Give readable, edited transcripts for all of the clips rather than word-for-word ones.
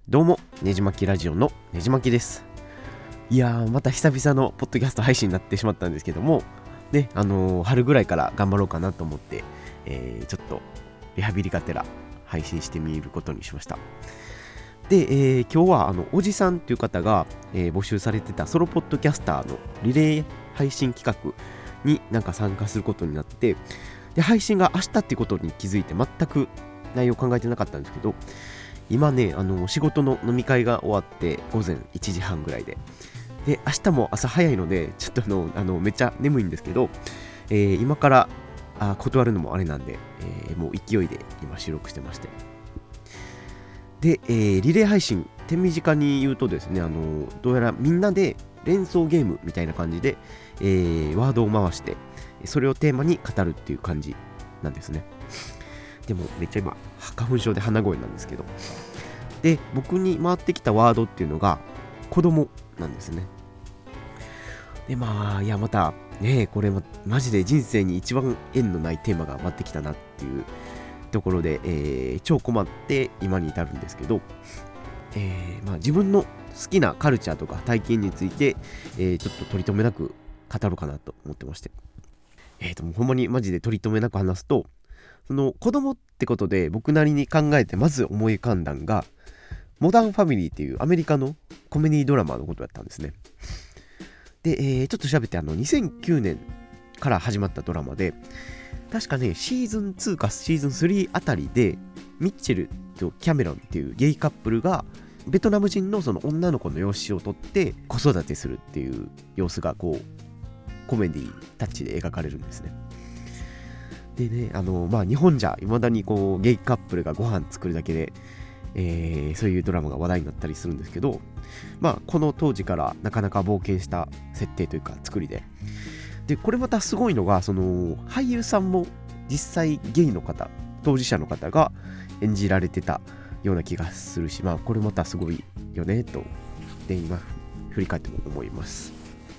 どうも、ねじまきラジオのねじまきです。いやー、また久々のポッドキャスト配信になってしまったんですけども、ね、春ぐらいから頑張ろうかなと思って、ちょっとリハビリがてら配信してみることにしました。で、今日はおじさんという方が、募集されてたソロポッドキャスターのリレー配信企画に参加することになって、で配信が明日っていうことに気づいて全く内容を考えてなかったんですけど、今ね、仕事の飲み会が終わって午前1時半ぐらいで、明日も朝早いので、ちょっとめっちゃ眠いんですけど、今から断るのもあれなんで、もう勢いで今収録してまして。で、リレー配信、手短に言うとですね、どうやらみんなで連想ゲームみたいな感じで、ワードを回して、それをテーマに語るっていう感じなんですね。でもめっちゃ今花粉症で鼻声なんですけど、で僕に回ってきたワードっていうのが子供なんですね。でいやまたね、これマジで人生に一番縁のないテーマが回ってきたなっていうところで、超困って今に至るんですけど、自分の好きなカルチャーとか体験について、ちょっと取り留めなく語ろうかなと思ってまして、もうほんまにマジで取り留めなく話すと、その子供ってことで僕なりに考えてまず思い浮かんだんが、モダンファミリーっていうアメリカのコメディドラマのことだったんですね。で、ちょっと調べて2009年から始まったドラマで、確かねシーズン2かシーズン3あたりでミッチェルとキャメロンっていうゲイカップルがベトナム人のその女の子の養子を取って子育てするっていう様子がこうコメディタッチで描かれるんですね。でね、日本じゃ未だにこうゲイカップルがご飯作るだけで、そういうドラマが話題になったりするんですけど、この当時からなかなか冒険した設定というか作りで、これまたすごいのが、その俳優さんも実際ゲイの方、当事者の方が演じられてたような気がするし、これまたすごいよねと、で今振り返っても思います。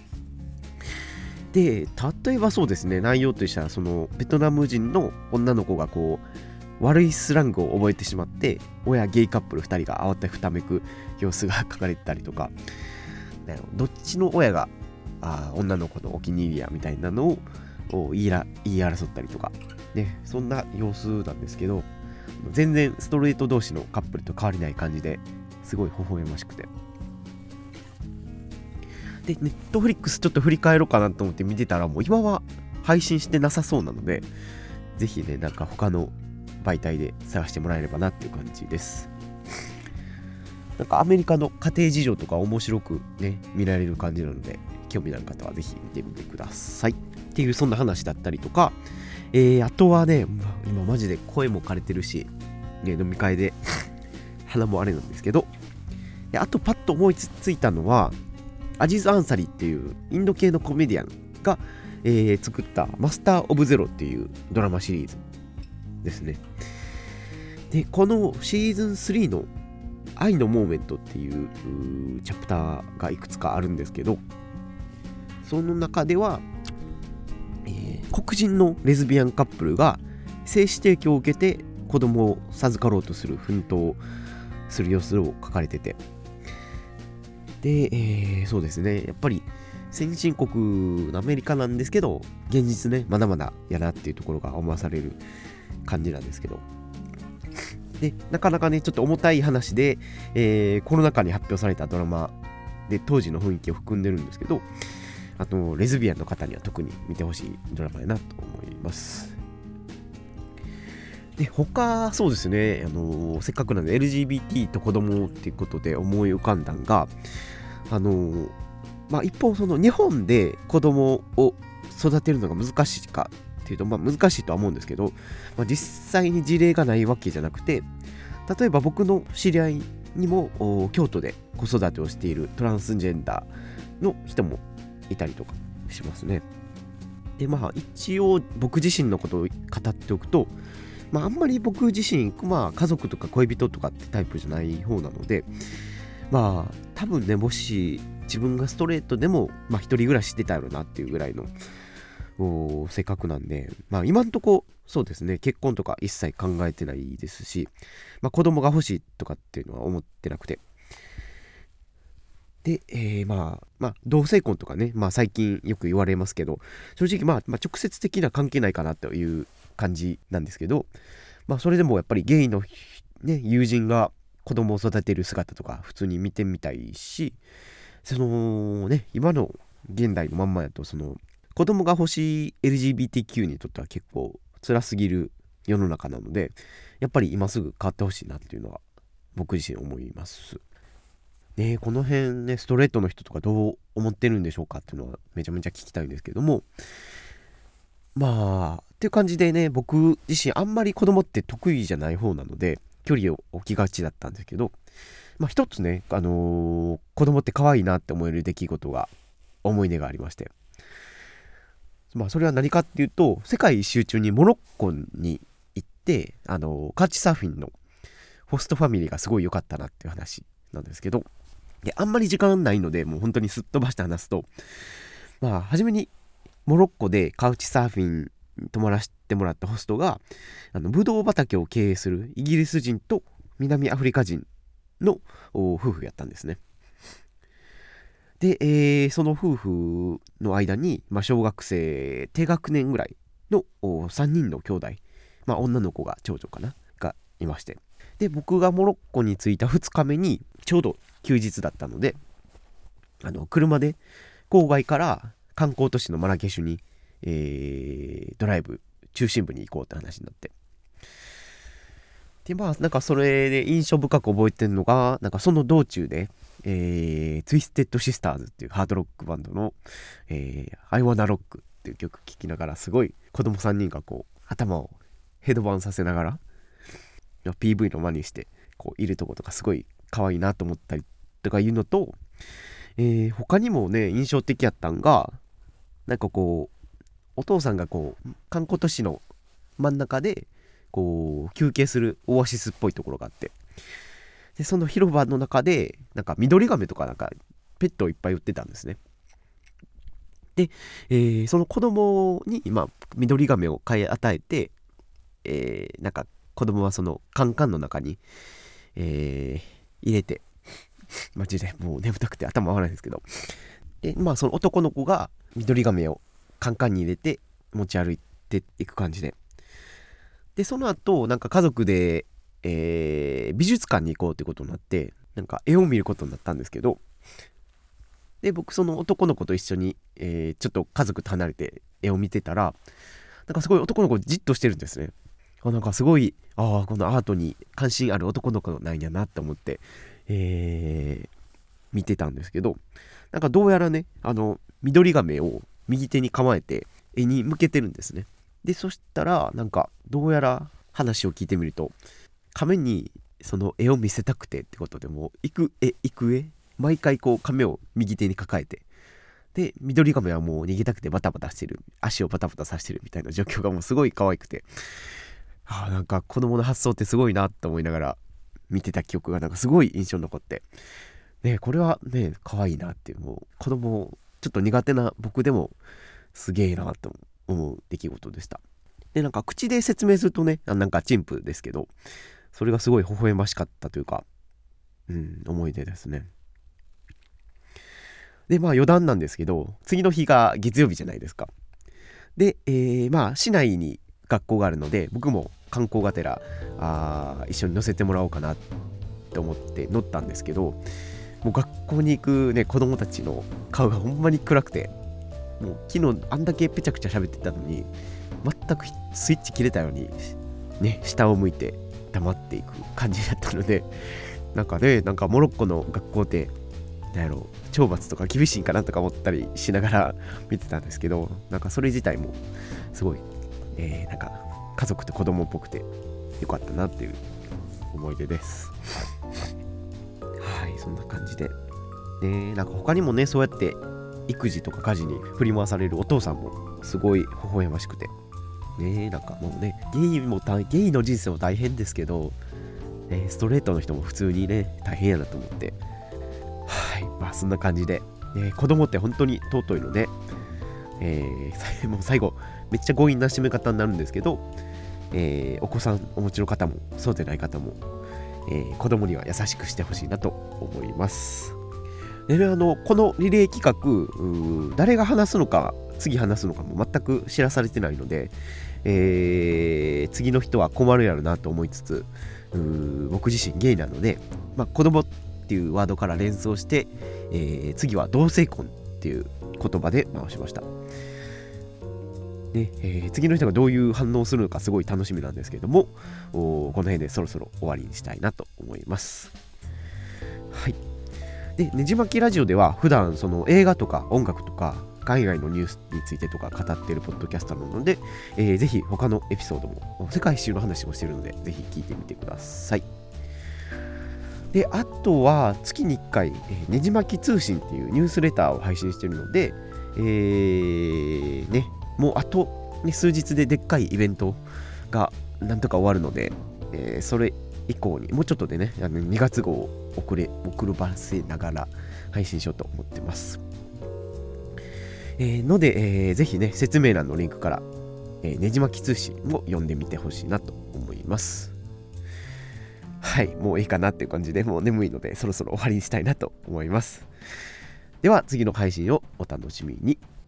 で、例えばそうですね、内容としてはそのベトナム人の女の子がこう悪いスラングを覚えてしまって、親ゲイカップル2人が慌てふためく様子が書かれてたりとか、どっちの親が女の子のお気に入りやみたいなのを言い争ったりとか、ね、そんな様子なんですけど、全然ストレート同士のカップルと変わりない感じですごい微笑ましくて、でネットフリックスちょっと振り返ろうかなと思って見てたら、もう今は配信してなさそうなので、ぜひね他の媒体で探してもらえればなっていう感じです。アメリカの家庭事情とか面白くね見られる感じなので、興味のある方はぜひ見てみてくださいっていう、そんな話だったりとか、あとはね、今マジで声も枯れてるし、ね、飲み会で鼻もあれなんですけど、あとパッと思いついたのは、アジズ・アンサリーっていうインド系のコメディアンが、作ったマスター・オブ・ゼロっていうドラマシリーズですね。で、このシーズン3の愛のモーメントっていうチャプターがいくつかあるんですけど、その中では、黒人のレズビアンカップルが精子提供を受けて子供を授かろうとする奮闘をする様子を書かれてて、で、そうですね、やっぱり先進国のアメリカなんですけど、現実ねまだまだやなっていうところが思わされる感じなんですけど、でなかなかねちょっと重たい話で、コロナ禍に発表されたドラマで当時の雰囲気を含んでるんですけど、レズビアンの方には特に見てほしいドラマやなと思います。で、他そうですね、せっかくなんで LGBT と子供っていうことで思い浮かんだんが、一方その日本で子供を育てるのが難しいかっていうと、難しいとは思うんですけど、実際に事例がないわけじゃなくて、例えば僕の知り合いにも京都で子育てをしているトランスジェンダーの人もいたりとかしますね。で、一応僕自身のことを語っておくと、あんまり僕自身、家族とか恋人とかってタイプじゃない方なので、多分ね、もし自分がストレートでも、一人暮らししてたやろなっていうぐらいの性格なんで、今んとこそうですね、結婚とか一切考えてないですし、子供が欲しいとかっていうのは思ってなくて、で、同性婚とかね、最近よく言われますけど、正直直接的な関係ないかなという感じなんですけど、それでもやっぱりゲイの、友人が子供を育てる姿とか普通に見てみたいし、今の現代のまんまやと、子供が欲しい LGBTQ にとっては結構辛すぎる世の中なので、やっぱり今すぐ変わってほしいなっていうのは僕自身思いますね。この辺ね、ストレートの人とかどう思ってるんでしょうかっていうのはめちゃめちゃ聞きたいんですけども、っていう感じでね、僕自身あんまり子供って得意じゃない方なので距離を置きがちだったんですけど、一つね、子供って可愛いなって思える出来事が、思い出がありまして、それは何かっていうと、世界一周中にモロッコに行って、カーチサーフィンのホストファミリーがすごい良かったなっていう話なんですけど、であんまり時間ないのでもう本当にすっ飛ばして話すと、初めにモロッコでカウチサーフィン泊まらせてもらったホストがブドウ畑を経営するイギリス人と南アフリカ人の夫婦やったんですね。で、その夫婦の間に、小学生低学年ぐらいの3人の兄弟、女の子が長女かながいまして、で僕がモロッコに着いた2日目にちょうど休日だったので、車で郊外から観光都市のマラケシュに、ドライブ中心部に行こうって話になって、でそれで印象深く覚えてるのが、その道中で、ツイステッドシスターズっていうハードロックバンドの、I Wanna Rock っていう曲聴きながら、すごい子供3人がこう頭をヘドバンさせながら PV の真似してこういるとことかすごい可愛いなと思ったりとかいうのと、他にもね印象的やったんが、お父さんがこう観光都市の真ん中でこう休憩するオアシスっぽいところがあって、でその広場の中で緑亀とかペットをいっぱい売ってたんですね。で、その子供に緑亀を買い与えて、子供はそのカンカンの中に、入れて、マジでもう眠たくて頭回らないんですけど、でその男の子が緑亀をカンカンに入れて持ち歩いていく感じで、でその後家族で、美術館に行こうってことになって、絵を見ることになったんですけど、で僕その男の子と一緒に、ちょっと家族と離れて絵を見てたら、すごい男の子じっとしてるんですね。すごいこのアートに関心ある男の子なんやなって思って、見てたんですけど、どうやらね緑亀を右手に構えて絵に向けてるんですね。でそしたらどうやら話を聞いてみると、亀にその絵を見せたくてってことで、もう行く絵毎回こう亀を右手に抱えて、で緑亀はもう逃げたくてバタバタしてる、足をバタバタさせてるみたいな状況がもうすごい可愛くて、子供の発想ってすごいなと思いながら見てた記憶がすごい印象に残って、これはね可愛いなっていう、もう子供ちょっと苦手な僕でもすげえなと思う出来事でした。で口で説明するとね陳腐ですけど、それがすごい微笑ましかったというか、思い出ですね。で余談なんですけど、次の日が月曜日じゃないですか。で、市内に学校があるので、僕も観光がてら一緒に乗せてもらおうかなと思って乗ったんですけど、もう学校に行くね子供たちの顔がほんまに暗くて、もう昨日あんだけぺちゃくちゃ喋ってたのに全くスイッチ切れたようにね下を向いて黙っていく感じだったので、モロッコの学校って懲罰とか厳しいんかなとか思ったりしながら見てたんですけど、それ自体もすごい、家族と子供っぽくてよかったなっていう思い出です。はい、そんな感じで、他にもねそうやって育児とか家事に振り回されるお父さんもすごい微笑ましくてね、もうねゲイの人生も大変ですけど、ストレートの人も普通にね大変やなと思って、はい、そんな感じで、子供って本当に尊いので、もう最後めっちゃ強引な締め方になるんですけど、 お子さんお持ちの方もそうでない方も、子供には優しくしてほしいなと思います。でね、このリレー企画、誰が話すのか次話すのかも全く知らされてないので、次の人は困るやろなと思いつつ、僕自身ゲイなので、子供っていうワードから連想して、次は同性婚っていう言葉で回しました。ね、次の人がどういう反応をするのかすごい楽しみなんですけれども、この辺でそろそろ終わりにしたいなと思います。はい。で、ねじまきラジオでは普段その映画とか音楽とか海外のニュースについてとか語っているポッドキャスターなので、ぜひ他のエピソードも世界一周の話もしているので、ぜひ聞いてみてください。で、あとは月に1回、ねじまき通信っていうニュースレターを配信しているので、もうあと、数日ででっかいイベントがなんとか終わるので、それ以降にもうちょっとでね、2月号を遅ればせながら配信しようと思ってます。ので、ぜひね、説明欄のリンクから、ねじまき通信も読んでみてほしいなと思います。はい、もういいかなっていう感じで、もう眠いのでそろそろ終わりにしたいなと思います。では次の配信をお楽しみに。